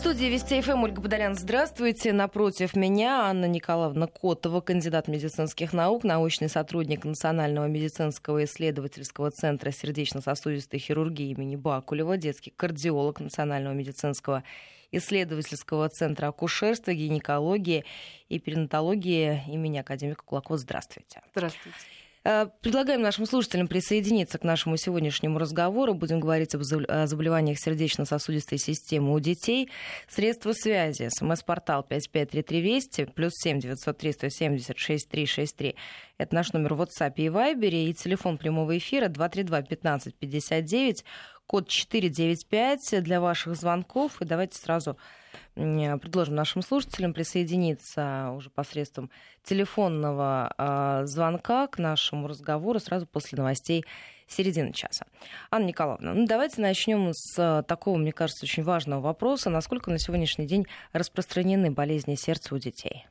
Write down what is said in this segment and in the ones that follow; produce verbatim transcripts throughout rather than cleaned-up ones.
студии Вести ФМ Ольга Бадарян. Здравствуйте. Напротив меня Анна Николаевна Котова, кандидат медицинских наук, научный сотрудник Национального медицинского исследовательского центра сердечно-сосудистой хирургии имени Бакулева, детский кардиолог Национального медицинского исследовательского центра акушерства, гинекологии и перинатологии имени академика Кулакова. Здравствуйте. Здравствуйте. Предлагаем нашим слушателям присоединиться к нашему сегодняшнему разговору. Будем говорить об заболеваниях сердечно-сосудистой системы у детей. Средства связи. СМС-портал пять пять три три Вести, плюс семь девятьсот три сто семьдесят шесть три шесть три. Это наш номер в WhatsApp и Viber. И телефон прямого эфира два три два пятнадцать пятьдесят девять, код четыре девять пять для ваших звонков. И давайте сразу предложим нашим слушателям присоединиться уже посредством телефонного э, звонка к нашему разговору сразу после новостей середины часа. Анна Николаевна, ну давайте начнем с такого, мне кажется, очень важного вопроса. Насколько на сегодняшний день распространены болезни сердца у детей?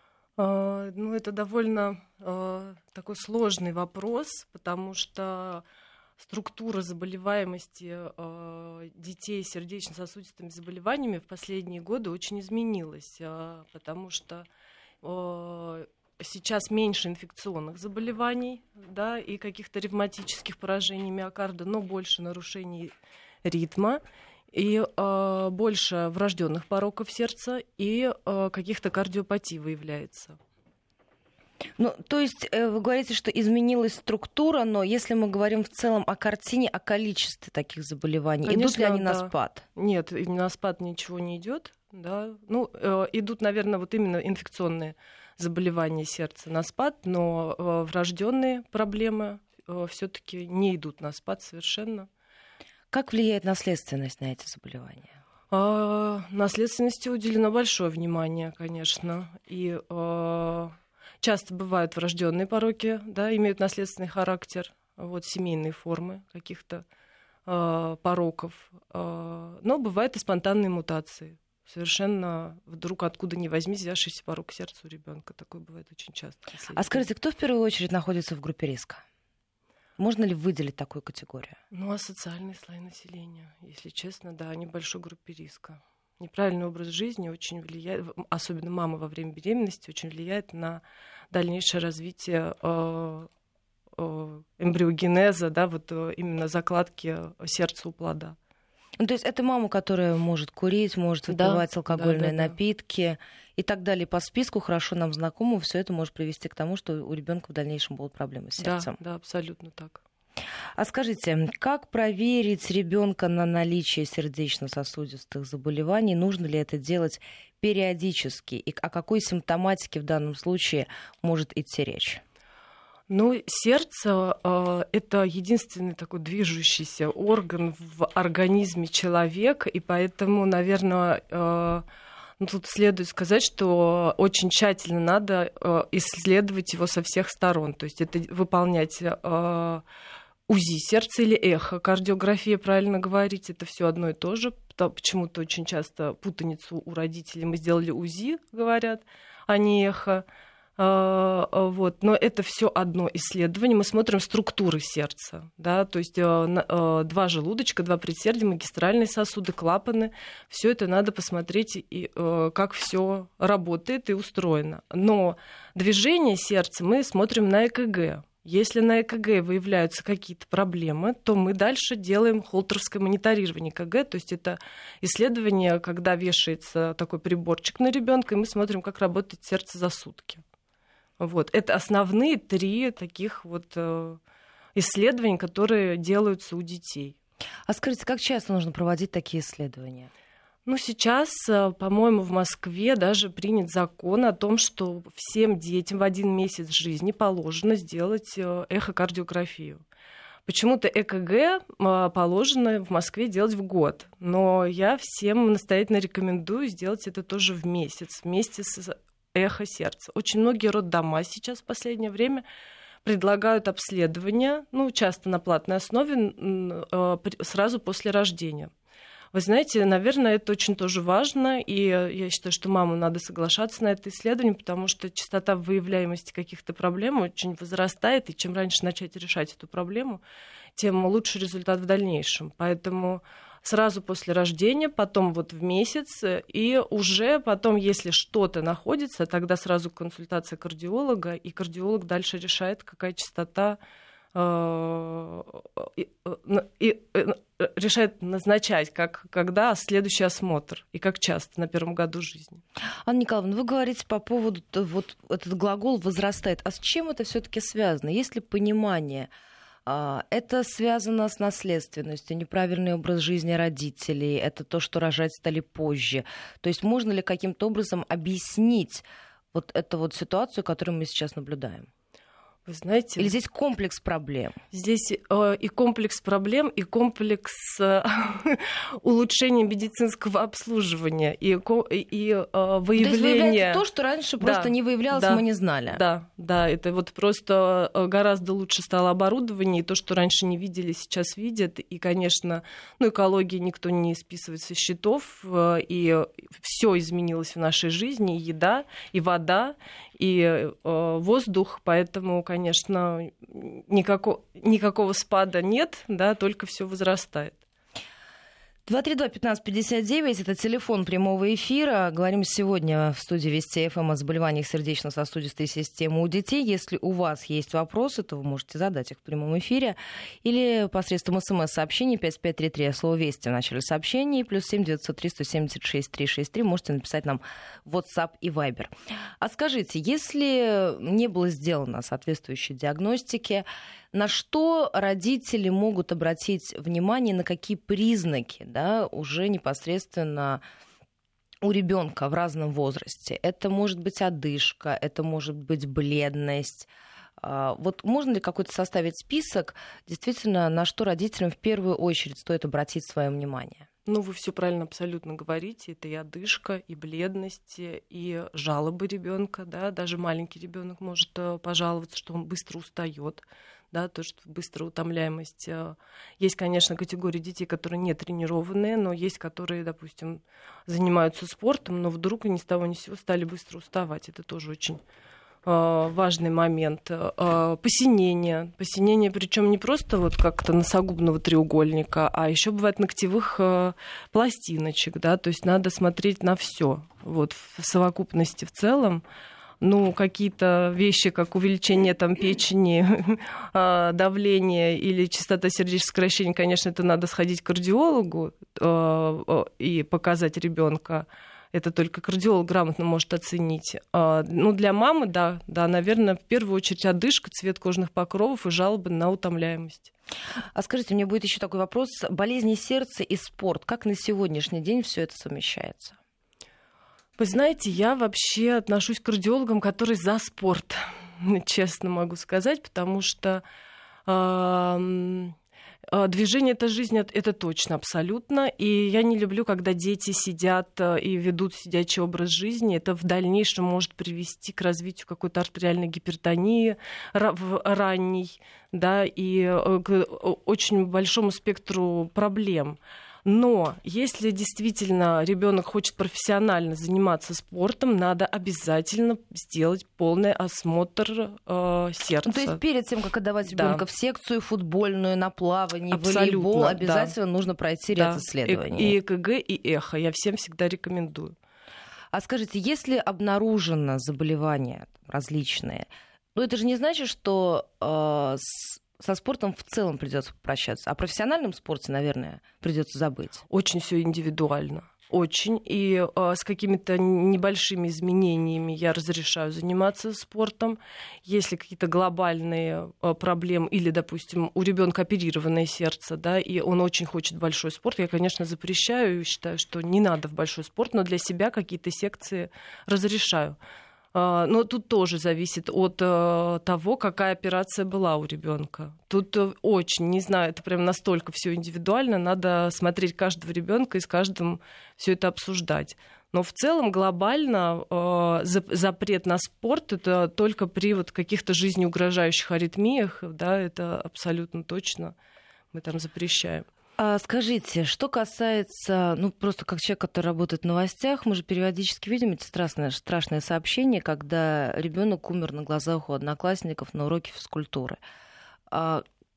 Uh, ну, это довольно uh, такой сложный вопрос, потому что структура заболеваемости э, детей с сердечно-сосудистыми заболеваниями в последние годы очень изменилась, э, потому что э, сейчас меньше инфекционных заболеваний, да, и каких-то ревматических поражений миокарда, но больше нарушений ритма, и э, больше врожденных пороков сердца и э, каких-то кардиопатий выявляется. Ну, то есть вы говорите, что изменилась структура, но если мы говорим в целом о картине, о количестве таких заболеваний, Конечно, идут ли они да. на спад? Нет, на спад ничего не идет. Да. Ну, э, идут, наверное, вот именно инфекционные заболевания сердца на спад, но э, врожденные проблемы э, все-таки не идут на спад совершенно. Как влияет наследственность на эти заболевания? Э, наследственности уделено большое внимание, конечно, и э, часто бывают врожденные пороки, да, имеют наследственный характер, вот, семейные формы каких-то э, пороков. Э, но бывают и спонтанные мутации. Совершенно вдруг откуда ни возьмись взявшийся порок сердца у ребенка. Такое бывает очень часто. А скажите, кто в первую очередь находится в группе риска? Можно ли выделить такую категорию? Ну, а социальные слои населения, если честно, да, они в большой группе риска. Неправильный образ жизни очень влияет, особенно мама во время беременности, очень влияет на дальнейшее развитие э, э, эмбриогенеза, да, вот э, именно закладки сердца у плода. Ну, то есть это мама, которая может курить, может выпивать да, алкогольные да, да, напитки да. и так далее по списку, хорошо нам знакомы, все это может привести к тому, что у ребенка в дальнейшем будут проблемы с сердцем. Да, да, абсолютно так. А скажите, как проверить ребенка на наличие сердечно-сосудистых заболеваний? Нужно ли это делать периодически? И о какой симптоматике в данном случае может идти речь? Ну, сердце э, — это единственный такой движущийся орган в организме человека, и поэтому, наверное, э, ну, тут следует сказать, что очень тщательно надо э, исследовать его со всех сторон. То есть это выполнять э, УЗИ сердца или эхокардиография, правильно говорить, это все одно и то же. Почему-то очень часто путаницу у родителей. Мы сделали УЗИ, говорят, а не эхо. Вот. Но это все одно исследование. Мы смотрим структуры сердца. Да? То есть два желудочка, два предсердия, магистральные сосуды, клапаны. Все это надо посмотреть, и, как все работает и устроено. Но движение сердца мы смотрим на ЭКГ. Если на ЭКГ выявляются какие-то проблемы, то мы дальше делаем холтеровское мониторирование ЭКГ, то есть это исследование, когда вешается такой приборчик на ребенка, и мы смотрим, как работает сердце за сутки. Вот. Это основные три таких вот исследования, которые делаются у детей. А скажите, как часто нужно проводить такие исследования? Ну, сейчас, по-моему, в Москве даже принят закон о том, что всем детям в один месяц жизни положено сделать эхокардиографию. Почему-то ЭКГ положено в Москве делать в год, но я всем настоятельно рекомендую сделать это тоже в месяц, вместе с эхо сердца. Очень многие роддома сейчас в последнее время предлагают обследование, ну, часто на платной основе, сразу после рождения. Вы знаете, наверное, это очень тоже важно, и я считаю, что маму надо соглашаться на это исследование, потому что частота выявляемости каких-то проблем очень возрастает, и чем раньше начать решать эту проблему, тем лучше результат в дальнейшем. Поэтому сразу после рождения, потом вот в месяц, и уже потом, если что-то находится, тогда сразу консультация кардиолога, и кардиолог дальше решает, какая частота, и, и, и решает назначать, как, когда следующий осмотр и как часто на первом году жизни. Анна Николаевна, вы говорите по поводу, вот этот глагол возрастает. А с чем это все-таки связано? Есть ли понимание? Это связано с наследственностью, неправильный образ жизни родителей, это то, что рожать стали позже. То есть можно ли каким-то образом объяснить вот эту вот ситуацию, которую мы сейчас наблюдаем? Вы знаете... Или здесь комплекс проблем? Здесь э, и комплекс проблем, и комплекс э, улучшения медицинского обслуживания, и, и, и э, выявления... То есть выявляется то, что раньше просто да, не выявлялось, да, мы не знали. Да, да, это вот просто гораздо лучше стало оборудование, и то, что раньше не видели, сейчас видят. И, конечно, ну, экологии никто не списывает со счетов, и все изменилось в нашей жизни, и еда, и вода, и э, воздух, поэтому, конечно, никакого, никакого спада нет, да, только все возрастает. два три два пятнадцать пятьдесят девять, это телефон прямого эфира. Говорим сегодня в студии Вести ФМ о заболеваниях сердечно-сосудистой системы у детей. Если у вас есть вопросы, то вы можете задать их в прямом эфире или посредством смс-сообщений пять пять три три, слово «Вести» в начале сообщения, плюс семь девятьсот три сто семьдесят шесть триста шестьдесят три. Можете написать нам в WhatsApp и Viber. А скажите, если не было сделано соответствующей диагностики, на что родители могут обратить внимание, на какие признаки, да, уже непосредственно у ребенка в разном возрасте? Это может быть одышка, это может быть бледность. Вот можно ли какой-то составить список, действительно, на что родителям в первую очередь стоит обратить свое внимание? Ну, вы все правильно абсолютно говорите. Это и одышка, и бледность, и жалобы ребенка, да, даже маленький ребенок может пожаловаться, что он быстро устает. Да, то, что быстрая утомляемость. Есть, конечно, категории детей, которые не тренированные, но есть, которые, допустим, занимаются спортом, но вдруг ни с того ни с сего стали быстро уставать. Это тоже очень важный момент. Посинение. Посинение, причем не просто вот как-то носогубного треугольника, а еще бывает ногтевых пластиночек. Да, то есть надо смотреть на все вот, в совокупности в целом. Ну, какие-то вещи, как увеличение там, печени, давление или частота сердечных сокращений, конечно, это надо сходить к кардиологу и показать ребенка. Это только кардиолог грамотно может оценить. Ну, для мамы, да, да, наверное, в первую очередь одышка, цвет кожных покровов и жалобы на утомляемость. А скажите, у меня будет еще такой вопрос. Болезни сердца и спорт. Как на сегодняшний день все это совмещается? Вы знаете, я вообще отношусь к кардиологам, которые за спорт, честно могу сказать, потому что э, движение — это жизнь, это точно, абсолютно. И я не люблю, когда дети сидят и ведут сидячий образ жизни. Это в дальнейшем может привести к развитию какой-то артериальной гипертонии ранней, да, и к очень большому спектру проблем. Но если действительно ребенок хочет профессионально заниматься спортом, надо обязательно сделать полный осмотр э, сердца. Ну, то есть перед тем, как отдавать ребенка да. в секцию футбольную, на плавание, абсолютно, волейбол, обязательно да. нужно пройти ряд да. исследований. И, и ЭКГ, и эхо. Я всем всегда рекомендую. А скажите, если обнаружено заболевания различные, ну это же не значит, что э, с со спортом в целом придется попрощаться. О профессиональном спорте, наверное, придется забыть. Очень все индивидуально. Очень. И э, с какими-то небольшими изменениями я разрешаю заниматься спортом. Если какие-то глобальные э, проблемы, или, допустим, у ребенка оперированное сердце, да, и он очень хочет большой спорт, я, конечно, запрещаю и считаю, что не надо в большой спорт, но для себя какие-то секции разрешаю. Но тут тоже зависит от того, какая операция была у ребенка. Тут очень, не знаю, это прям настолько все индивидуально, надо смотреть каждого ребенка и с каждым все это обсуждать. Но в целом глобально запрет на спорт это только при вот каких-то жизнеугрожающих аритмиях, да, это абсолютно точно мы там запрещаем. А скажите, что касается, ну, просто как человек, который работает в новостях, мы же периодически видим эти страшные, страшные сообщения, когда ребенок умер на глазах у одноклассников на уроке физкультуры. А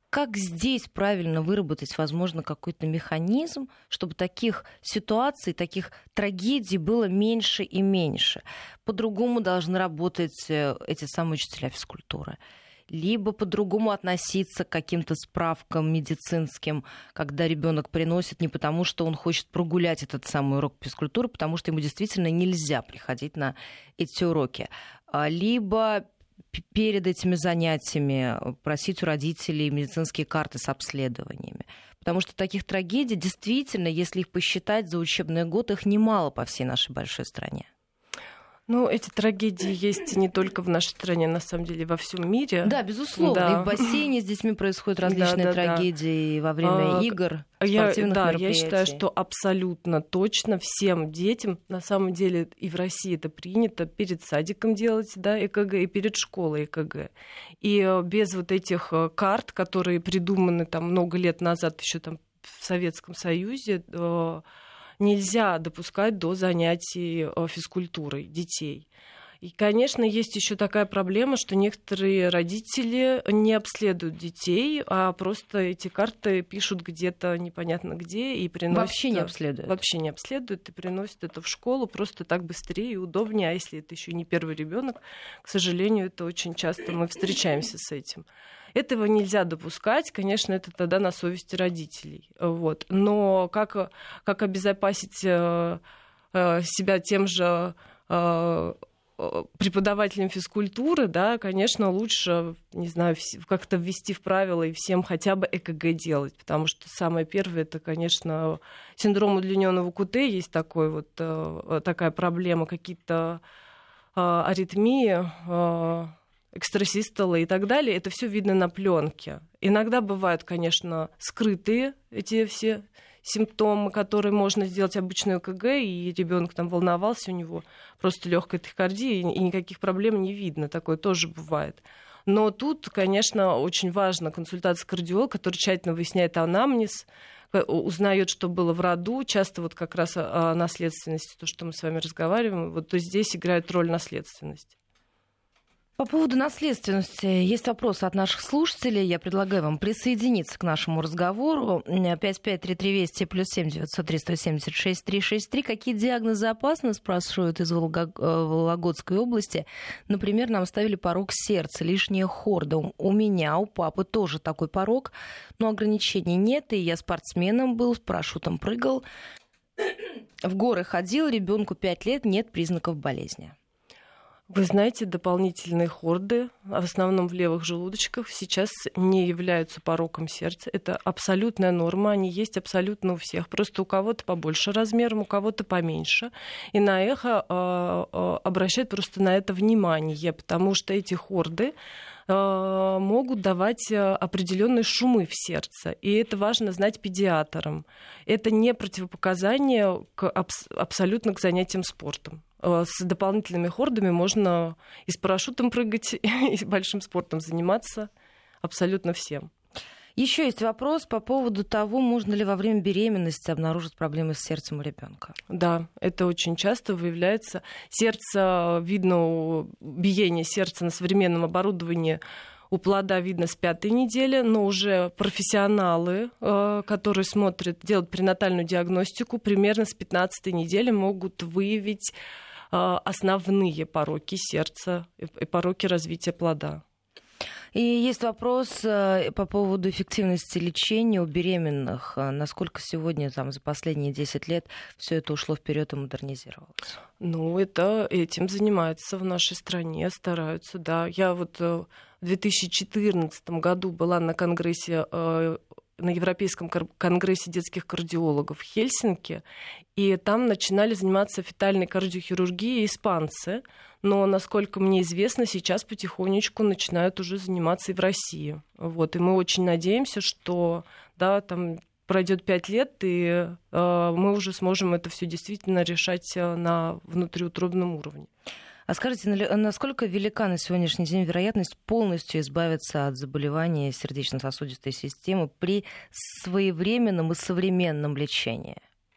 Как здесь правильно выработать, возможно, какой-то механизм, чтобы таких ситуаций, таких трагедий было меньше и меньше? По-другому должны работать эти самые учителя физкультуры. Либо по-другому относиться к каким-то справкам медицинским, когда ребенок приносит не потому, что он хочет прогулять этот самый урок физкультуры, потому что ему действительно нельзя приходить на эти уроки. Либо перед этими занятиями просить у родителей медицинские карты с обследованиями. Потому что таких трагедий действительно, если их посчитать за учебный год, их немало по всей нашей большой стране. Ну, эти трагедии есть не только в нашей стране, на самом деле, во всем мире. Да, безусловно. Да. И в бассейне с детьми происходят различные да, да, трагедии да. во время а, игр, спортивных я, да, мероприятий. Я считаю, что абсолютно точно всем детям, на самом деле, и в России это принято, перед садиком делать да, ЭКГ и перед школой ЭКГ. И без вот этих карт, которые придуманы там много лет назад еще там в Советском Союзе, нельзя допускать до занятий физкультурой детей. И, конечно, есть еще такая проблема, что некоторые родители не обследуют детей, а просто эти карты пишут где-то непонятно где и приносят... Вообще не обследуют. Вообще не обследуют и приносят это в школу просто так быстрее и удобнее. А если это еще не первый ребенок, к сожалению, это очень часто мы встречаемся с этим. Этого нельзя допускать, конечно, это тогда на совести родителей. Вот. Но как, как обезопасить себя тем же преподавателям физкультуры, да, конечно, лучше, не знаю, как-то ввести в правила и всем хотя бы ЭКГ делать, потому что самое первое, это, конечно, синдром удлиненного КУТ, есть такой вот, такая проблема, какие-то аритмии, экстрасистолы и так далее, это все видно на пленке. Иногда бывают, конечно, скрытые эти все симптомы, которые можно сделать обычную ЭКГ, и ребенок там волновался, у него просто легкая тахикардия, и никаких проблем не видно. Такое тоже бывает. Но тут, конечно, очень важна консультация кардиолога, который тщательно выясняет анамнез, узнает, что было в роду, часто вот как раз о наследственности, то, что мы с вами разговариваем, вот то здесь играет роль наследственности. По поводу наследственности есть вопросы от наших слушателей. Я предлагаю вам присоединиться к нашему разговору. пять пять три три Вести плюс семь девятьсот три сто семьдесят шесть триста шестьдесят три. Какие диагнозы опасны, спрашивают из Вологодской области. Например, нам ставили порок сердца, лишняя хорда. У меня, у папы тоже такой порок, но ограничений нет. И я спортсменом был, с парашютом прыгал, в горы ходил, ребенку пять лет, нет признаков болезни. Вы знаете, дополнительные хорды, в основном в левых желудочках, сейчас не являются пороком сердца. Это абсолютная норма, они есть абсолютно у всех. Просто у кого-то побольше размером, у кого-то поменьше. И на эхо э, э, обращают просто на это внимание, потому что эти хорды э, могут давать определенные шумы в сердце. И это важно знать педиатрам. Это не противопоказание к, абс- абсолютно к занятиям спортом. С дополнительными хордами можно и с парашютом прыгать, и с большим спортом заниматься абсолютно всем. Еще есть вопрос по поводу того, можно ли во время беременности обнаружить проблемы с сердцем у ребенка. Да, это очень часто выявляется. Сердце, видно, биение сердца на современном оборудовании у плода видно с пятой недели, но уже профессионалы, которые смотрят, делают пренатальную диагностику, примерно с пятнадцатой недели могут выявить основные пороки сердца и пороки развития плода. И есть вопрос по поводу эффективности лечения у беременных. Насколько сегодня, там, за последние десять лет все это ушло вперед и модернизировалось? Ну, это, этим занимаются в нашей стране, стараются, да. Я вот в две тысячи четырнадцатом году была на конгрессе, на Европейском конгрессе детских кардиологов в Хельсинки, и там начинали заниматься фетальной кардиохирургией испанцы, но, насколько мне известно, сейчас потихонечку начинают уже заниматься и в России. Вот, и мы очень надеемся, что да, там пройдет пять лет, и э, мы уже сможем это все действительно решать на внутриутробном уровне. А скажите, насколько велика на сегодняшний день вероятность полностью избавиться от заболеваний сердечно-сосудистой системы при своевременном и современном лечении?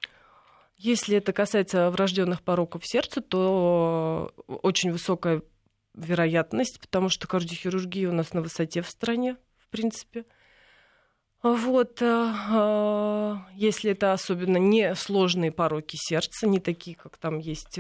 Если это касается врожденных пороков сердца, то очень высокая вероятность, потому что кардиохирургия у нас на высоте в стране, в принципе. Вот, если это особенно не сложные пороки сердца, не такие, как там есть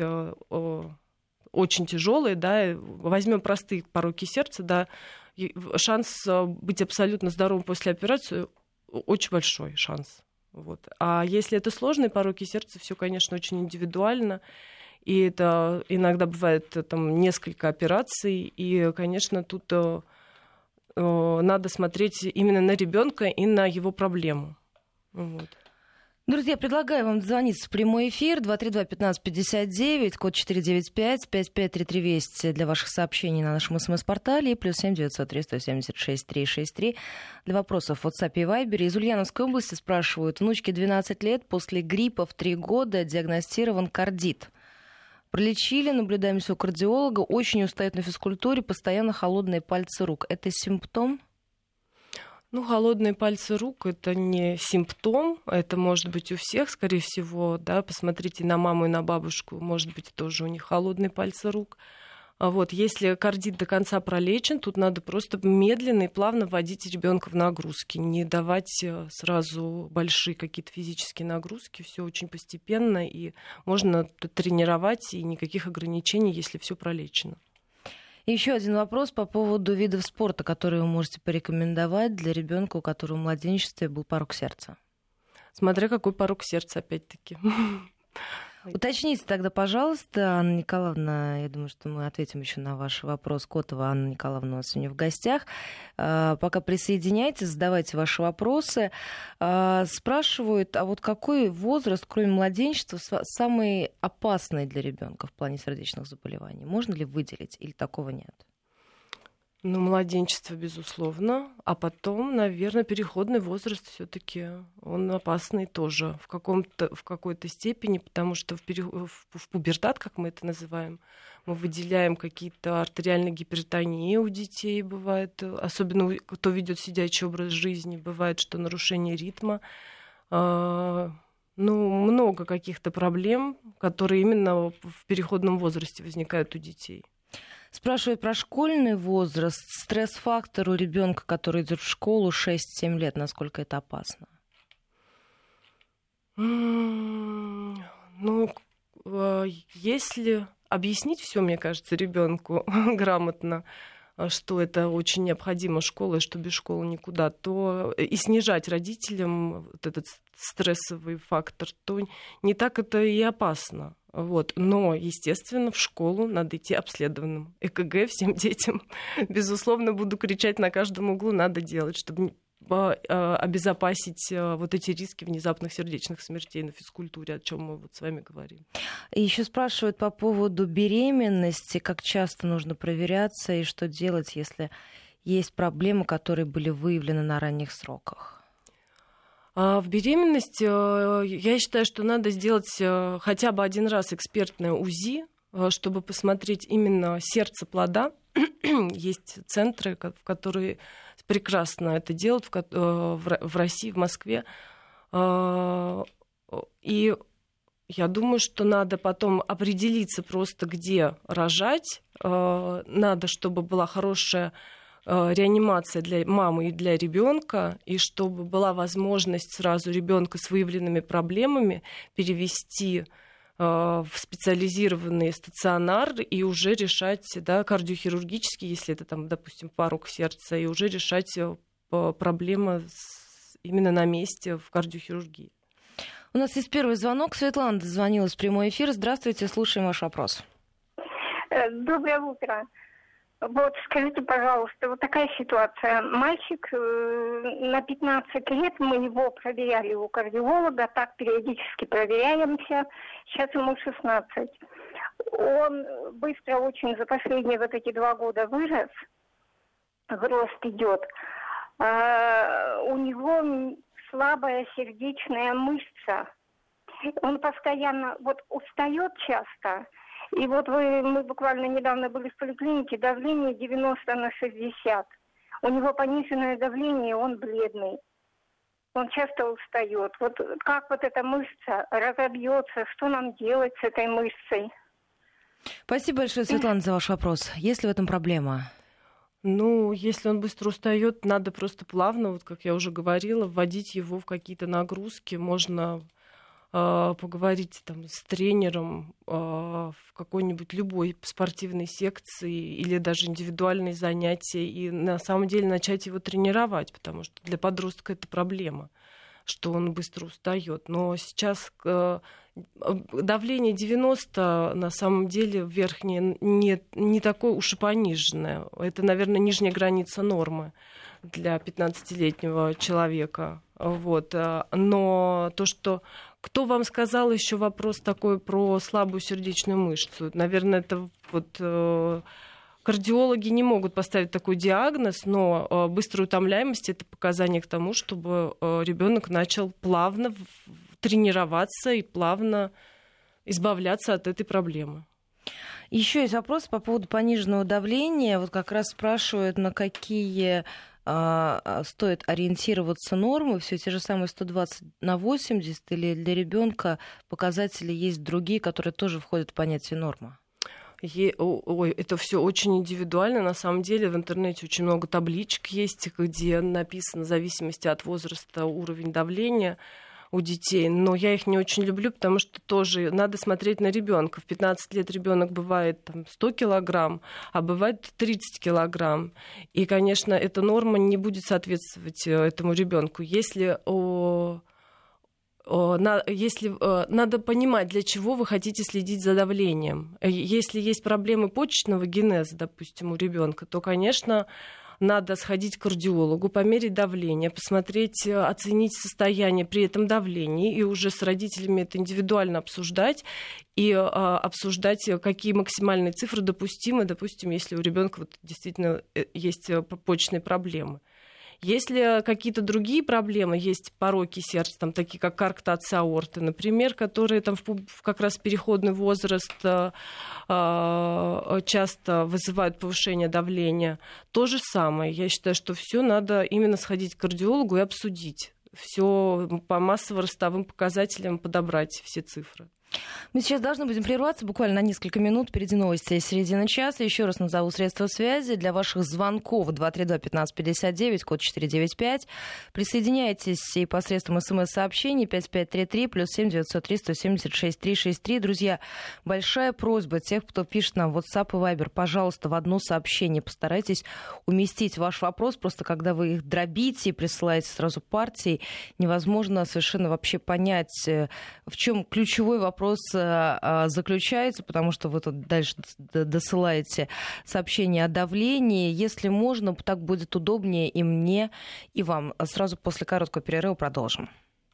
очень тяжелые, да, возьмем простые пороки сердца, да, шанс быть абсолютно здоровым после операции очень большой шанс. Вот. А если это сложные пороки сердца, все, конечно, очень индивидуально. И это иногда бывает там несколько операций. И, конечно, тут э, надо смотреть именно на ребенка и на его проблему. Вот. Друзья, предлагаю вам дозвониться в прямой эфир два три два пятнадцать пятьдесят девять, код четыре девять пять, пять пять три три Вести для ваших сообщений на нашем смс-портале и плюс семь девятьсот три сто семьдесят шесть триста шестьдесят три для вопросов в WhatsApp и Viber. Из Ульяновской области спрашивают: внучке двенадцать лет, после гриппа в три года диагностирован кардит. Пролечили, наблюдаемся у кардиолога, очень устает на физкультуре, постоянно холодные пальцы рук. Это симптом? Ну, холодные пальцы рук — это не симптом, это может быть у всех, скорее всего, да, посмотрите на маму и на бабушку, может быть, тоже у них холодные пальцы рук. А вот, если кардит до конца пролечен, тут надо просто медленно и плавно вводить ребенка в нагрузки, не давать сразу большие какие-то физические нагрузки, все очень постепенно, и можно тренировать, и никаких ограничений, если все пролечено. Еще один вопрос по поводу видов спорта, которые вы можете порекомендовать для ребенка, у которого в младенчестве был порок сердца. Смотря какой порок сердца, опять-таки. Уточните тогда, пожалуйста, Анна Николаевна, я думаю, что мы ответим еще на ваш вопрос. Котова Анна Николаевна у нас сегодня в гостях. Пока присоединяйтесь, задавайте ваши вопросы. Спрашивают, а вот какой возраст, кроме младенчества, самый опасный для ребенка в плане сердечных заболеваний? Можно ли выделить или такого нет? Ну, младенчество, безусловно, а потом, наверное, переходный возраст все-таки он опасный тоже в, каком-то, в какой-то степени, потому что в, пере... в пубертат, как мы это называем, мы выделяем какие-то артериальные гипертонии у детей, бывает, особенно кто ведет сидячий образ жизни, бывает, что нарушение ритма, ну, много каких-то проблем, которые именно в переходном возрасте возникают у детей. Спрашивают про школьный возраст, стресс-фактор у ребенка, который идет в школу шесть-семь лет, насколько это опасно? Ну, если объяснить все, мне кажется, ребенку грамотно, что это очень необходимо школа, и что без школы никуда, то и снижать родителям вот этот стрессовый фактор, то не так это и опасно. Вот. Но, естественно, в школу надо идти обследованным. ЭКГ всем детям, безусловно, буду кричать на каждом углу, надо делать, чтобы обезопасить вот эти риски внезапных сердечных смертей на физкультуре, о чем мы вот с вами говорим. Еще спрашивают по поводу беременности, как часто нужно проверяться и что делать, если есть проблемы, которые были выявлены на ранних сроках. В беременности я считаю, что надо сделать хотя бы один раз экспертное УЗИ, чтобы посмотреть именно сердце плода. Есть центры, в которые прекрасно это делают в России, в Москве. И я думаю, что надо потом определиться просто, где рожать. Надо, чтобы была хорошая реанимация для мамы и для ребенка, и чтобы была возможность сразу ребенка с выявленными проблемами перевести в специализированный стационар и уже решать, да, кардиохирургически, если это, там, допустим, порок сердца, и уже решать проблемы именно на месте в кардиохирургии. У нас есть первый звонок. Светлана дозвонилась в прямой эфир. Здравствуйте, слушаем ваш вопрос. Доброе утро. Вот скажите, пожалуйста, вот такая ситуация. Мальчик на пятнадцать лет, мы его проверяли у кардиолога, так периодически проверяемся. Сейчас ему шестнадцать. Он быстро очень за последние вот эти два года вырос, рост идет. А у него слабая сердечная мышца. Он постоянно вот устает часто. И вот вы, мы буквально недавно были в поликлинике, давление девяносто на шестьдесят. У него пониженное давление, он бледный. Он часто устает. Вот как вот эта мышца разобьется, что нам делать с этой мышцей? Спасибо большое, Светлана, за ваш вопрос. Есть ли в этом проблема? Ну, если он быстро устает, надо просто плавно, вот как я уже говорила, вводить его в какие-то нагрузки. Можно э, поговорить там с тренером э, в какой-нибудь любой спортивной секции или даже индивидуальные занятия, и на самом деле начать его тренировать, потому что для подростка это проблема, что он быстро устает. Но сейчас э, давление девяносто на самом деле верхнее не, не такое уж и пониженное. Это, наверное, нижняя граница нормы для пятнадцатилетнего человека. Вот. Но то, что... Кто вам сказал еще вопрос такой про слабую сердечную мышцу? Наверное, это вот... Кардиологи не могут поставить такой диагноз, но быстрая утомляемость — это показание к тому, чтобы ребенок начал плавно тренироваться и плавно избавляться от этой проблемы. Еще есть вопрос по поводу пониженного давления. Вот как раз спрашивают, на какие а, стоит ориентироваться нормы. Все те же самые сто двадцать на восемьдесят, или для ребенка показатели есть другие, которые тоже входят в понятие нормы? Ой, это все очень индивидуально. На самом деле в интернете очень много табличек есть, где написано в зависимости от возраста уровень давления у детей. Но я их не очень люблю, потому что тоже надо смотреть на ребенка. В пятнадцать лет ребенок бывает там, сто килограмм, а бывает тридцать килограмм. И, конечно, эта норма не будет соответствовать этому ребенку. Если о Если, надо понимать, для чего вы хотите следить за давлением. Если есть проблемы почечного генеза, допустим, у ребенка, то, конечно, надо сходить к кардиологу, померить давление, посмотреть, оценить состояние при этом давлении и уже с родителями это индивидуально обсуждать и обсуждать, какие максимальные цифры допустимы, допустим, если у ребенка вот действительно есть почечные проблемы. Если какие-то другие проблемы, есть пороки сердца, там, такие как коарктация аорты, например, которые там, в, в как раз переходный возраст э, э, часто вызывают повышение давления, то же самое. Я считаю, что все надо именно сходить к кардиологу и обсудить. Все по массово-ростовым показателям подобрать все цифры. Мы сейчас должны будем прерваться буквально на несколько минут. Впереди новости середины часа. Еще раз назову средства связи для ваших звонков. два три два пятнадцать пятьдесят девять, код четыре девять пять. Присоединяйтесь и посредством смс-сообщений пять пять три три, плюс семь девятьсот три сто семьдесят шесть триста шестьдесят три. Друзья, большая просьба тех, кто пишет нам в WhatsApp и Viber, пожалуйста, в одно сообщение постарайтесь уместить ваш вопрос. Просто когда вы их дробите и присылаете сразу партии, невозможно совершенно вообще понять, в чем ключевой вопрос заключается, потому что вы тут дальше досылаете сообщение о давлении. Если можно, так будет удобнее и мне, и вам. Сразу после короткого перерыва продолжим.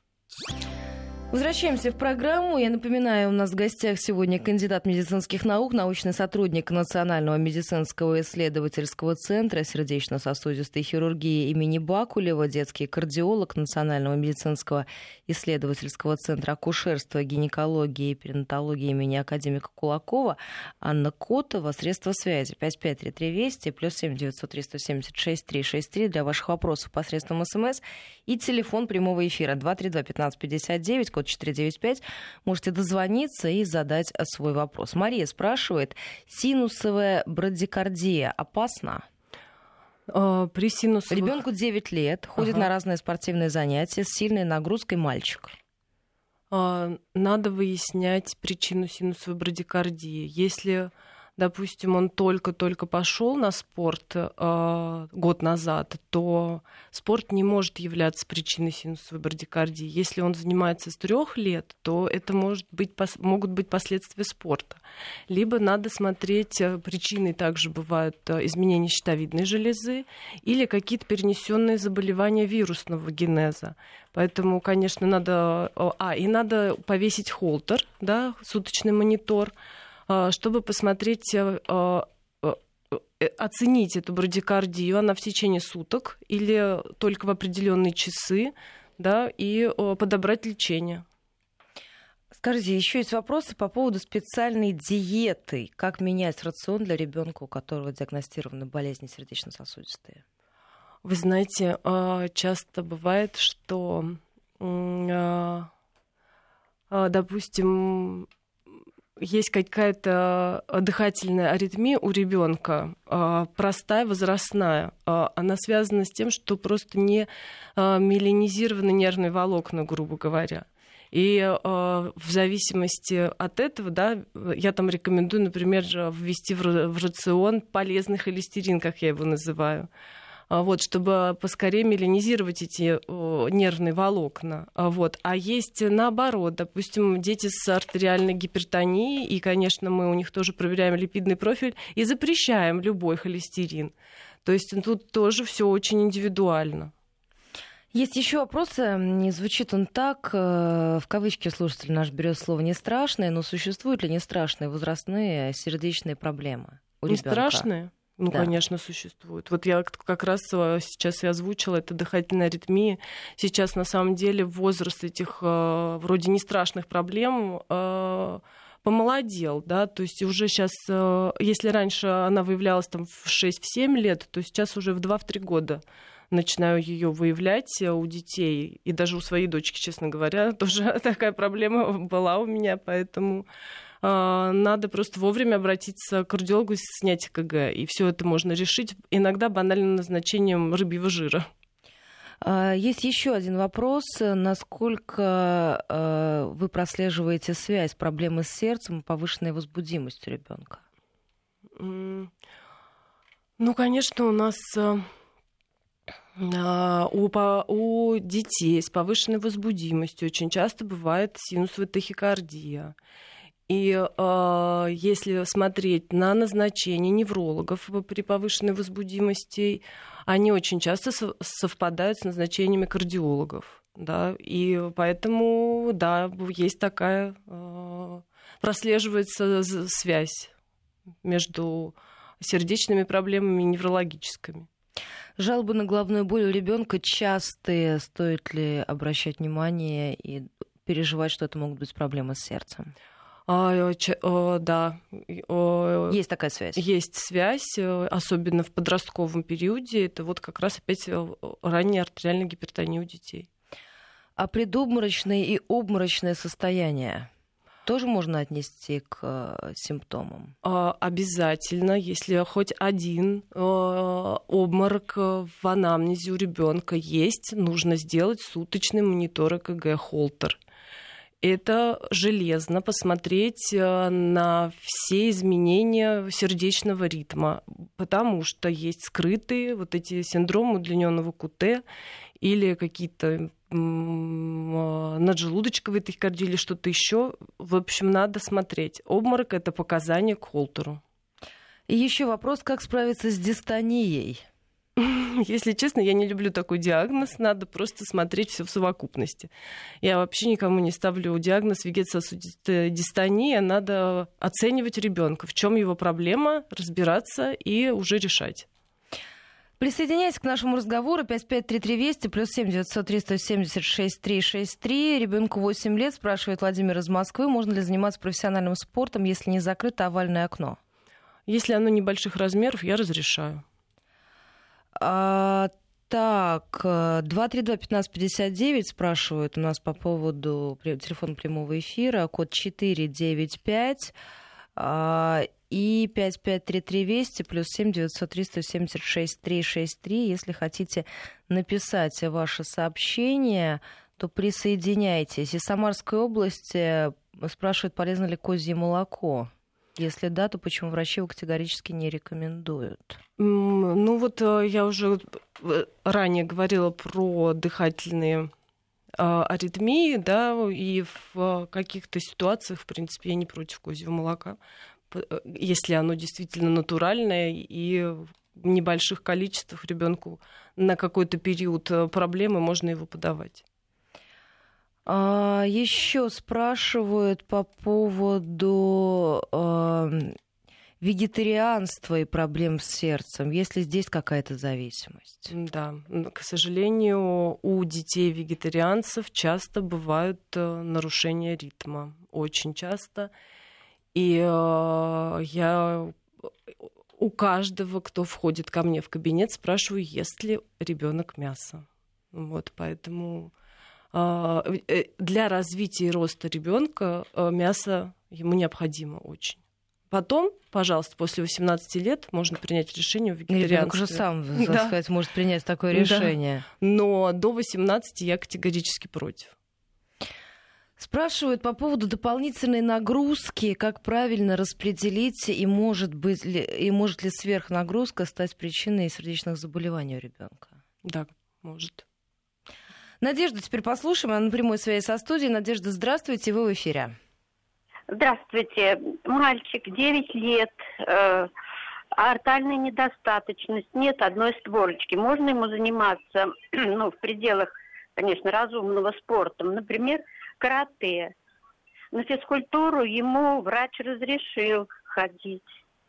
Возвращаемся в программу. Я напоминаю, у нас в гостях сегодня кандидат медицинских наук, научный сотрудник Национального медицинского исследовательского центра сердечно-сосудистой хирургии имени Бакулева, детский кардиолог Национального медицинского исследовательского центра акушерства, гинекологии и перинатологии имени академика Кулакова Анна Котова. Средства связи пять пять три три двести, плюс семь девятьсот три сто семьдесят шесть триста шестьдесят три для ваших вопросов посредством СМС и телефон прямого эфира два три два пятнадцать пятьдесят девять, код четыре девять пять. Можете дозвониться и задать свой вопрос. Мария спрашивает, синусовая брадикардия опасна? При синусовых... Ребенку девять лет, ходит ага. на разные спортивные занятия с сильной нагрузкой мальчик. Надо выяснять причину синусовой брадикардии. Если, допустим, он только-только пошел на спорт э, год назад, то спорт не может являться причиной синусовой брадикардии. Если он занимается с трех лет, то это может быть, могут быть последствия спорта. Либо надо смотреть, причиной также бывают изменения щитовидной железы или какие-то перенесенные заболевания вирусного генеза. Поэтому, конечно, надо... А, и надо повесить холтер, да, суточный монитор, чтобы посмотреть, оценить эту брадикардию, она в течение суток или только в определенные часы, да, и подобрать лечение. Скажите, еще есть вопросы по поводу специальной диеты. Как менять рацион для ребенка, у которого диагностированы болезни сердечно-сосудистые? Вы знаете, часто бывает, что, допустим, есть какая-то дыхательная аритмия у ребенка, простая, возрастная. Она связана с тем, что просто не миелинизированы нервные волокна, грубо говоря. И э, в зависимости от этого, да, я там рекомендую, например, ввести в, в рацион полезный холестерин, как я его называю, вот, чтобы поскорее миелинизировать эти о, нервные волокна. Вот. А есть наоборот, допустим, дети с артериальной гипертонией, и, конечно, мы у них тоже проверяем липидный профиль и запрещаем любой холестерин. То есть тут тоже все очень индивидуально. Есть еще вопросы, не звучит он так, в кавычки слушатель наш берет слово «не страшные», но существуют ли не страшные возрастные сердечные проблемы у не ребенка? Страшные? Ну, да. Конечно, существуют. Вот я как раз сейчас и озвучила, это дыхательная аритмия. Сейчас, на самом деле, возраст этих вроде не страшных проблем помолодел, да, то есть уже сейчас, если раньше она выявлялась там в шесть-семь лет, то сейчас уже в два-три года начинаю ее выявлять у детей, и даже у своей дочки, честно говоря, тоже такая проблема была у меня, поэтому э, надо просто вовремя обратиться к кардиологу и снять ЭКГ, и все это можно решить иногда банальным назначением рыбьего жира. Есть еще один вопрос. Насколько э, вы прослеживаете связь проблемы с сердцем и повышенной возбудимостью ребенка? Mm. Ну, конечно, у нас... У, у детей с повышенной возбудимостью очень часто бывает синусовая тахикардия. И э, если смотреть на назначение неврологов при повышенной возбудимости, они очень часто со- совпадают с назначениями кардиологов. Да? И поэтому, да, есть такая, э, прослеживается связь между сердечными проблемами и неврологическими. Жалобы на головную боль у ребенка частые. Стоит ли обращать внимание и переживать, что это могут быть проблемы с сердцем? А, ч- о, да. О, есть такая связь? Есть связь, особенно в подростковом периоде. Это вот как раз опять ранняя артериальная гипертония у детей. А предобморочное и обморочное состояние тоже можно отнести к э, симптомам? Обязательно, если хоть один э, обморок в анамнезе у ребенка есть, нужно сделать суточный монитор ЭКГ Холтер. Это железно посмотреть на все изменения сердечного ритма, потому что есть скрытые вот эти синдромы удлиненного КУТ или какие-то наджелудочковой тахикардии или что-то еще. В общем, надо смотреть. Обморок — это показание к Холтеру. И еще вопрос, как справиться с дистонией? Если честно, я не люблю такой диагноз, надо просто смотреть все в совокупности. Я вообще никому не ставлю диагноз вегетососудистая дистония, надо оценивать ребенка, в чем его проблема, разбираться и уже решать. Присоединяйтесь к нашему разговору. пять пять три три двести плюс семь девятьсот три сто семьдесят шесть три шесть три. Ребенку восемь лет, спрашивает Владимир из Москвы. Можно ли заниматься профессиональным спортом, если не закрыто овальное окно? Если оно небольших размеров, я разрешаю. А, так, два три два пятнадцать пятьдесят девять спрашивают у нас по поводу телефона прямого эфира, код четыре девять пять. А, и пять пять три три двести плюс семь девятьсот три сто семьдесят шесть три шесть три. Если хотите написать ваше сообщение, то присоединяйтесь. Из Самарской области спрашивают, полезно ли козье молоко. Если да, то почему врачи его категорически не рекомендуют? Ну вот я уже ранее говорила про дыхательные аритмии, да, и в каких-то ситуациях, в принципе, я не против козьего молока, если оно действительно натуральное и в небольших количествах ребенку на какой-то период проблемы можно его подавать. А, еще спрашивают по поводу э, вегетарианства и проблем с сердцем. Есть ли здесь какая-то зависимость? Да, к сожалению, у детей-вегетарианцев часто бывают нарушения ритма. Очень часто. И э, я у каждого, кто входит ко мне в кабинет, спрашиваю, ест ли ребенок мясо. Вот, поэтому для развития и роста ребенка мясо ему необходимо очень. Потом, пожалуйста, после восемнадцати лет можно принять решение в вегетарианстве. Ребенок уже сам, так да. сказать, может принять такое решение. Да. Но до восемнадцати я категорически против. Спрашивают по поводу дополнительной нагрузки, как правильно распределить, и может, быть ли, и может ли сверхнагрузка стать причиной сердечных заболеваний у ребенка? Да, может. Надежду теперь послушаем. Она на прямой связи со студией. Надежда, здравствуйте, вы в эфире. Здравствуйте. Мальчик, девять лет, э, артальная недостаточность, нет одной створочки. Можно ему заниматься, ну, в пределах, конечно, разумного спортом. Например, карате. На физкультуру ему врач разрешил ходить.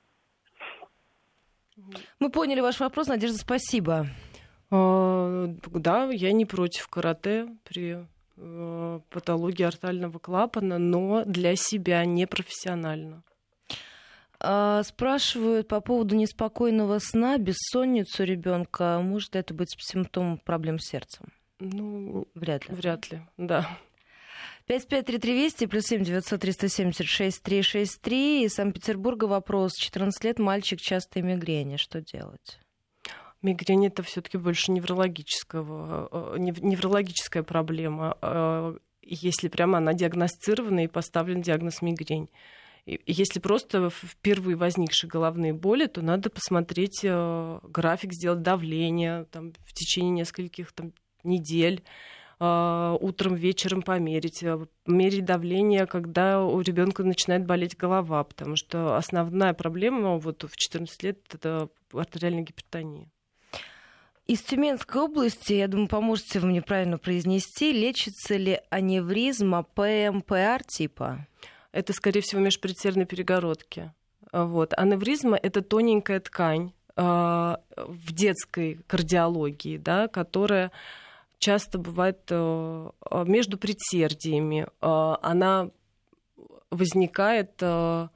Мы поняли ваш вопрос, Надежда, спасибо. А, да, я не против карате при э, патологии артального клапана, но для себя, не профессионально. А, спрашивают по поводу неспокойного сна, бессонницу ребенка. Может ли это быть симптомом проблем с сердцем? Ну, вряд ли. Вряд ли, да. пять пять три три двести плюс семь девятьсот триста семьдесят шесть триста шестьдесят три. Из Санкт-Петербурга вопрос. четырнадцать лет, мальчик, частые мигрени. Что делать? Мигрень — это все-таки больше неврологического, неврологическая проблема, если прямо она диагностирована и поставлен диагноз мигрень. Если просто впервые возникшие головные боли, то надо посмотреть график, сделать давление там, в течение нескольких там, недель, утром, вечером померить, мерить давление, когда у ребенка начинает болеть голова, потому что основная проблема вот в четырнадцать лет — это артериальная гипертония. Из Тюменской области, я думаю, поможете вы мне правильно произнести, лечится ли аневризма ПМПР типа? Это, скорее всего, межпредсердные перегородки. Вот. Аневризма — это тоненькая ткань э, в детской кардиологии, да, которая часто бывает э, между предсердиями. Э, она возникает... Э,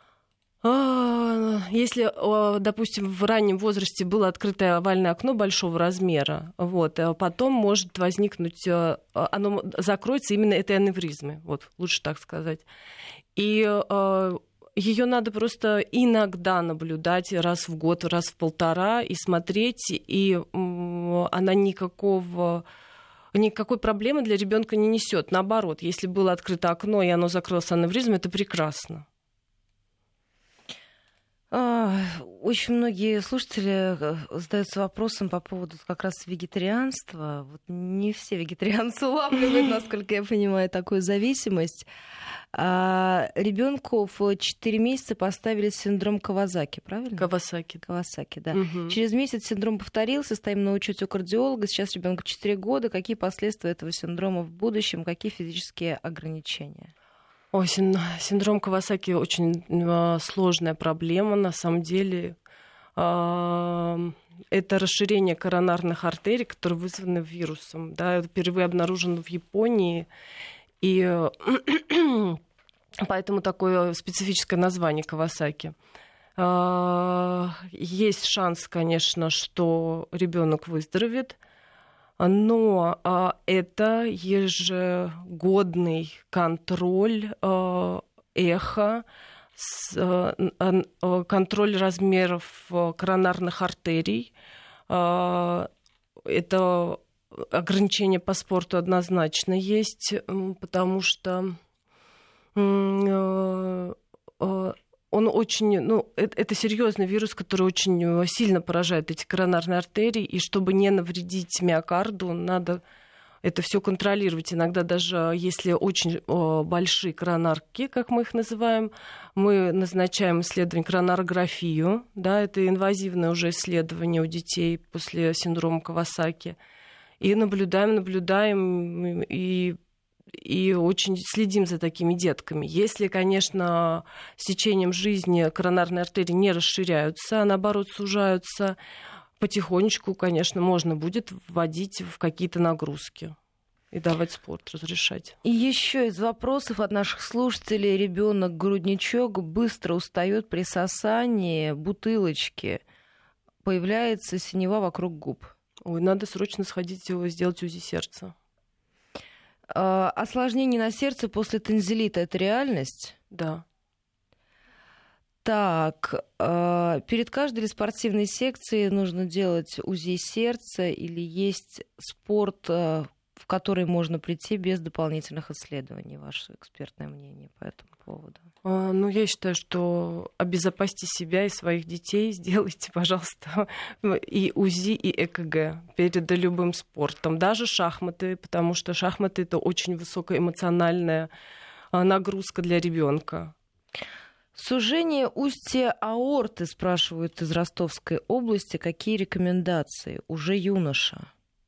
Если, допустим, в раннем возрасте было открытое овальное окно большого размера, вот, потом может возникнуть, оно закроется именно этой аневризмой, вот, лучше так сказать. И ее надо просто иногда наблюдать раз в год, раз в полтора и смотреть, и она никакого... никакой проблемы для ребенка не несет. Наоборот, если было открыто окно и оно закрылось аневризмой, это прекрасно. Очень многие слушатели задаются вопросом по поводу как раз вегетарианства. Вот не все вегетарианцы улавливают, насколько я понимаю, такую зависимость. А ребенку в четыре месяца поставили синдром Кавасаки, правильно? Кавасаки. Кавасаки, да. Угу. Через месяц синдром повторился, стоим на учете у кардиолога. Сейчас ребенку четыре года. Какие последствия этого синдрома в будущем? Какие физические ограничения? Ой, синдром Кавасаки очень сложная проблема. На самом деле это расширение коронарных артерий, которые вызваны вирусом. Да, это впервые обнаружено в Японии. И поэтому такое специфическое название Кавасаки. Есть шанс, конечно, что ребенок выздоровеет. Но а, это ежегодный контроль а, эхо, с, а, а, контроль размеров коронарных артерий. А, это ограничение по спорту однозначно есть, потому что а, а, он очень, ну, это, это серьезный вирус, который очень сильно поражает эти коронарные артерии, и чтобы не навредить миокарду, надо это все контролировать. Иногда даже если очень большие коронарки, как мы их называем, мы назначаем исследование коронарографию, да, это инвазивное уже исследование у детей после синдрома Кавасаки, и наблюдаем, наблюдаем, и и очень следим за такими детками. Если, конечно, с течением жизни коронарные артерии не расширяются, а наоборот сужаются, потихонечку, конечно, можно будет вводить в какие-то нагрузки и давать спорт, разрешать. И еще из вопросов от наших слушателей. Ребенок грудничок быстро устает при сосании бутылочки. Появляется синева вокруг губ. Ой, надо срочно сходить сделать УЗИ сердца. Осложнение на сердце после тонзиллита — это реальность? Да. Так, перед каждой ли спортивной секцией нужно делать УЗИ сердца или есть спорт, в который можно прийти без дополнительных исследований? Ваше экспертное мнение по этому поводу? А, ну, я считаю, что обезопасьте себя и своих детей, сделайте, пожалуйста, и УЗИ, и ЭКГ перед любым спортом, даже шахматы, потому что шахматы — это очень высокоэмоциональная нагрузка для ребенка. Сужение устья аорты, спрашивают из Ростовской области. Какие рекомендации? Уже юноша.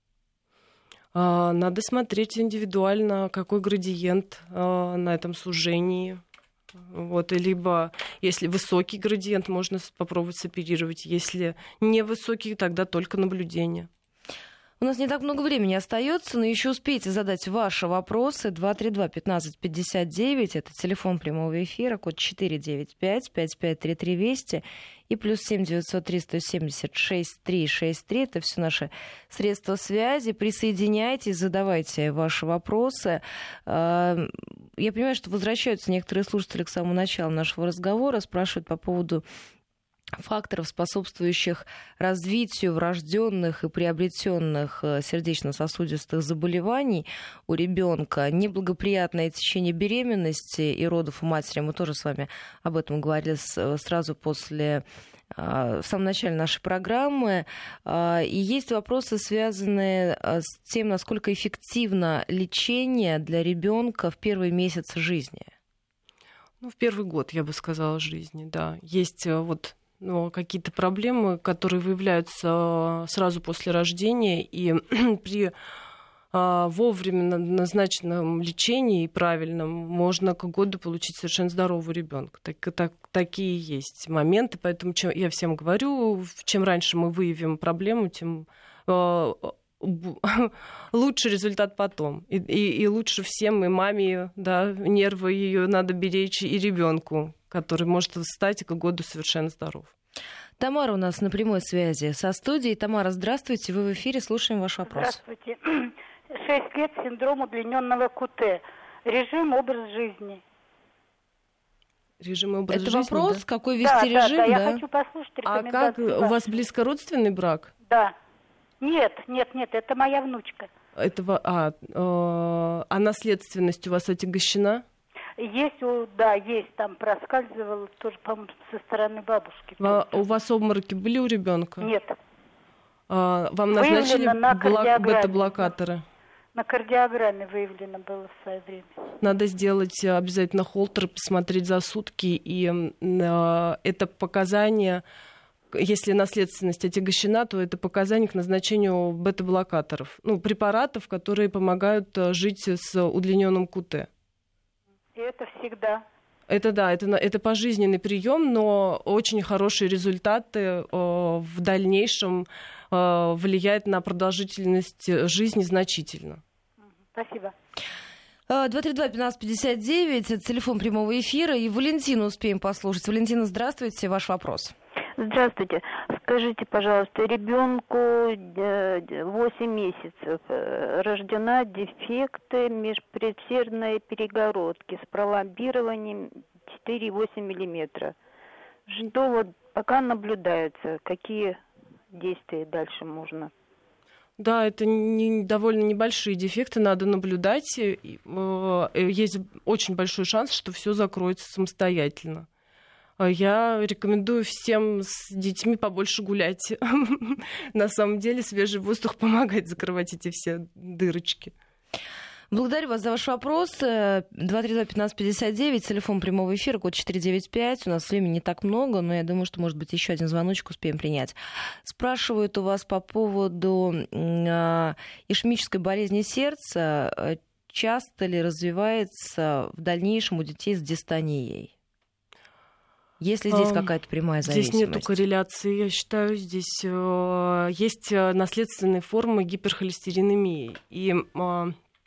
Надо смотреть индивидуально, какой градиент на этом сужении. Вот, либо, если высокий градиент, можно попробовать соперировать. Если невысокий, тогда только наблюдение. У нас не так много времени остается, но еще успейте задать ваши вопросы. два три два пятнадцать пятьдесят девять. Это телефон прямого эфира, код четыре девять пять пять пять три три Вести и плюс семь девятьсот три сто семьдесят шесть три шесть три. Это все наши средства связи. Присоединяйтесь, задавайте ваши вопросы. Я понимаю, что возвращаются некоторые слушатели к самому началу нашего разговора, спрашивают по поводу факторов, способствующих развитию врожденных и приобретенных сердечно-сосудистых заболеваний у ребенка. Неблагоприятное течение беременности и родов у матери. Мы тоже с вами об этом говорили сразу после, в самом начале нашей программы. И есть вопросы, связанные с тем, насколько эффективно лечение для ребенка в первые месяцы жизни. Ну, в первый год, я бы сказала, жизни, да. Есть вот но какие-то проблемы, которые выявляются сразу после рождения, и при а, вовремя назначенном лечении и правильном можно к году получить совершенно здорового ребенка. Так, так, такие есть моменты, поэтому чем, я всем говорю, чем раньше мы выявим проблему, тем а, лучше результат потом. И, и, и лучше всем, и маме, да, нервы ее надо беречь, и ребенку, который может стать к году совершенно здоров. Тамара у нас на прямой связи со студией. Тамара, здравствуйте, вы в эфире, слушаем ваш вопрос. Здравствуйте. Шесть лет, синдром удлиненного КУТ. Режим, образ жизни. Режим, образ Это жизни, вопрос, да? какой вести да, режим? Да, да, да, я хочу послушать рекомендации. А как, у вас близкородственный брак? Да. Нет, нет, нет, это моя внучка. Этого, а, э, а наследственность у вас отягощена? Есть, да, есть, там проскальзывало тоже, по-моему, со стороны бабушки. А, у вас обмороки были у ребенка? Нет. А, вам назначили на блок, бета-блокаторы? На кардиограмме выявлено было в свое время. Надо сделать обязательно холтер, посмотреть за сутки, и э, это показание, если наследственность отягощена, то это показание к назначению бета-блокаторов, ну, препаратов, которые помогают жить с удлиненным КУТ. И это всегда. Это да, это, это пожизненный прием, но очень хорошие результаты э, в дальнейшем э, влияют на продолжительность жизни значительно. Спасибо. два три два пятнадцать пятьдесят девять, это телефон прямого эфира, и Валентину успеем послушать. Валентина, здравствуйте, ваш вопрос. Здравствуйте. Скажите, пожалуйста, ребенку восемь месяцев, рождена дефекты межпредсердной перегородки с пролоббированием четыре и восемь миллиметра. Что вот пока наблюдается, какие действия дальше можно? Да, это не, довольно небольшие дефекты, надо наблюдать. Есть очень большой шанс, что все закроется самостоятельно. Я рекомендую всем с детьми побольше гулять. На самом деле свежий воздух помогает закрывать эти все дырочки. Благодарю вас за ваш вопрос. два три два пятнадцать пятьдесят девять, телефон прямого эфира, код четыре девять пять. У нас времени не так много, но я думаю, что, может быть, еще один звоночек успеем принять. Спрашивают у вас по поводу ишемической болезни сердца. Часто ли развивается в дальнейшем у детей с дистонией? Есть ли здесь какая-то прямая зависимость? Здесь нету корреляции, я считаю. Здесь э, есть наследственные формы гиперхолестеринемии. И э,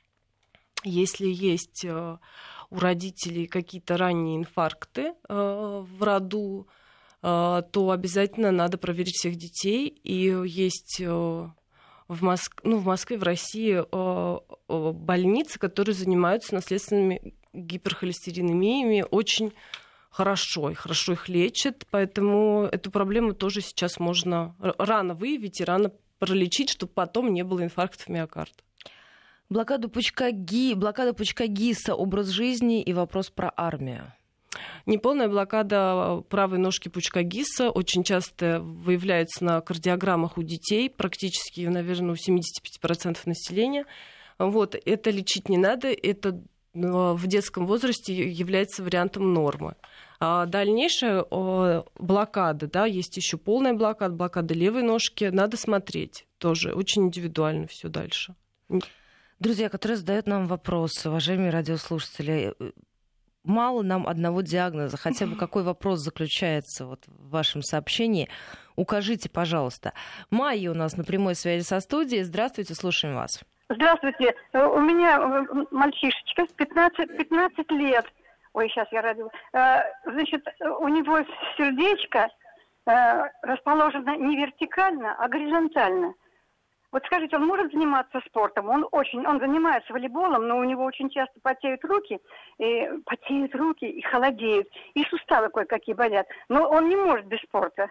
если есть э, у родителей какие-то ранние инфаркты э, в роду, э, то обязательно надо проверить всех детей. И есть э, в, Моск... ну, в Москве, в России больницы, которые занимаются наследственными гиперхолестеринемиями очень хорошо, и хорошо их лечат, поэтому эту проблему тоже сейчас можно рано выявить и рано пролечить, чтобы потом не было инфарктов миокарда. Блокада пучка ГИ, блокада пучка ГИСа, образ жизни и вопрос про армию. Неполная блокада правой ножки пучка ГИСа очень часто выявляется на кардиограммах у детей, практически, наверное, у семьдесят пять процентов населения. Вот, это лечить не надо, это в детском возрасте является вариантом нормы. А дальнейшая блокада, да, есть еще полная блокада, блокада левой ножки, надо смотреть тоже, очень индивидуально все дальше. Друзья, которые задают нам вопросы, уважаемые радиослушатели, мало нам одного диагноза, хотя бы какой вопрос заключается вот в вашем сообщении, укажите, пожалуйста. Майя у нас на прямой связи со студией. Здравствуйте, слушаем вас. Здравствуйте. У меня мальчишечка, пятнадцать, пятнадцать лет. Ой, сейчас я радио. Значит, у него сердечко расположено не вертикально, а горизонтально. Вот скажите, он может заниматься спортом? Он очень, он занимается волейболом, но у него очень часто потеют руки, и потеют руки и холодеют, и суставы кое-какие болят. Но он не может без спорта.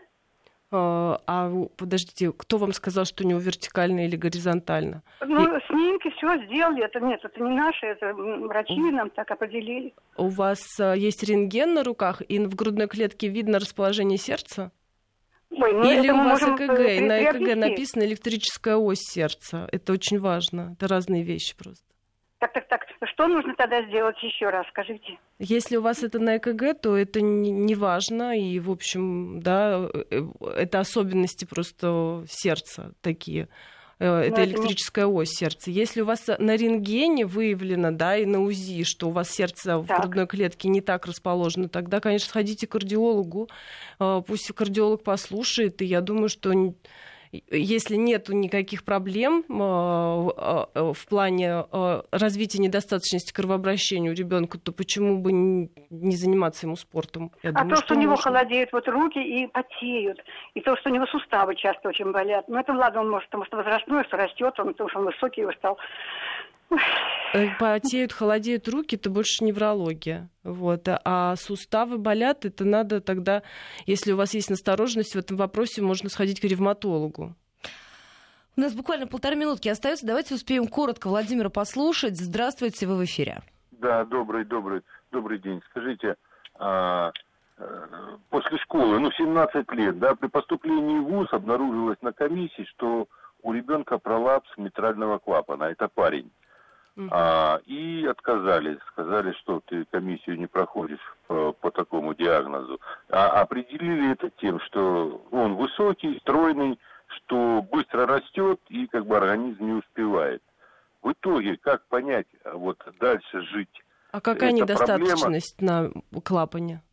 А, а подождите, кто вам сказал, что у него вертикально или горизонтально? Ну, и... снимки все сделали. Это нет, это не наши, это врачи нам так определили. У вас есть рентген на руках, и в грудной клетке видно расположение сердца? Ой, ну или это у вас ЭКГ, ЭКГ, и на ЭКГ написано электрическая ось сердца. Это очень важно. Это разные вещи просто. Так, так, так. Что нужно тогда сделать еще раз, скажите? Если у вас это на ЭКГ, то это не, не важно. И, в общем, да, это особенности просто сердца такие. Это Но электрическая это не... ось сердца. Если у вас на рентгене выявлено, да, и на УЗИ, что у вас сердце в так. грудной клетке не так расположено, тогда, конечно, сходите к кардиологу. Пусть кардиолог послушает, и я думаю, что если нет никаких проблем в плане развития недостаточности кровообращения у ребенка, то почему бы не заниматься ему спортом? Я а думаю, то, что, что у него можно. холодеют вот руки и потеют, и то, что у него суставы часто очень болят. Ну, это ладно, он может, потому что возрастной, что растет, он, потому что он высокий уже стал. Потеют, холодеют руки, это больше неврология. Вот. А суставы болят, это надо тогда, если у вас есть настороженность в этом вопросе, можно сходить к ревматологу. У нас буквально полторы минутки остается. Давайте успеем коротко Владимира послушать. Здравствуйте, вы в эфире. Да, добрый, добрый, добрый день. Скажите, а, а, после школы, ну, семнадцать лет, да, при поступлении в вуз обнаружилось на комиссии, что у ребенка пролапс митрального клапана. Это парень. А, и отказались, сказали, что ты комиссию не проходишь по, по такому диагнозу. А определили это тем, что он высокий, стройный, что быстро растет и как бы организм не успевает. В итоге, как понять, вот дальше жить? А какая это недостаточность проблема... на клапане?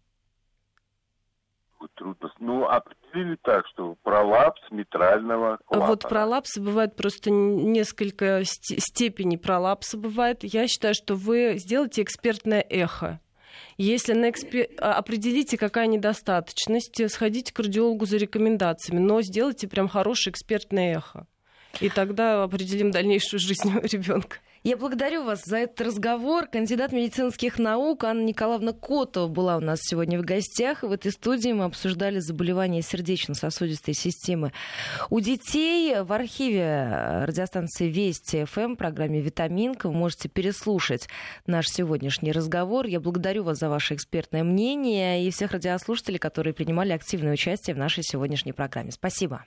Трудно. Ну, определили так, что пролапс митрального клапана. Вот пролапсы бывают просто несколько степеней пролапса бывает. Я считаю, что вы сделаете экспертное эхо. Если на экспер... определите, какая недостаточность, сходите к кардиологу за рекомендациями, но сделайте прям хорошее экспертное эхо. И тогда определим дальнейшую жизнь ребенка. Я благодарю вас за этот разговор. Кандидат медицинских наук Анна Николаевна Котова была у нас сегодня в гостях. В этой студии мы обсуждали заболевания сердечно-сосудистой системы у детей. В архиве радиостанции Вести эф эм в программе «Витаминка» вы можете переслушать наш сегодняшний разговор. Я благодарю вас за ваше экспертное мнение и всех радиослушателей, которые принимали активное участие в нашей сегодняшней программе. Спасибо.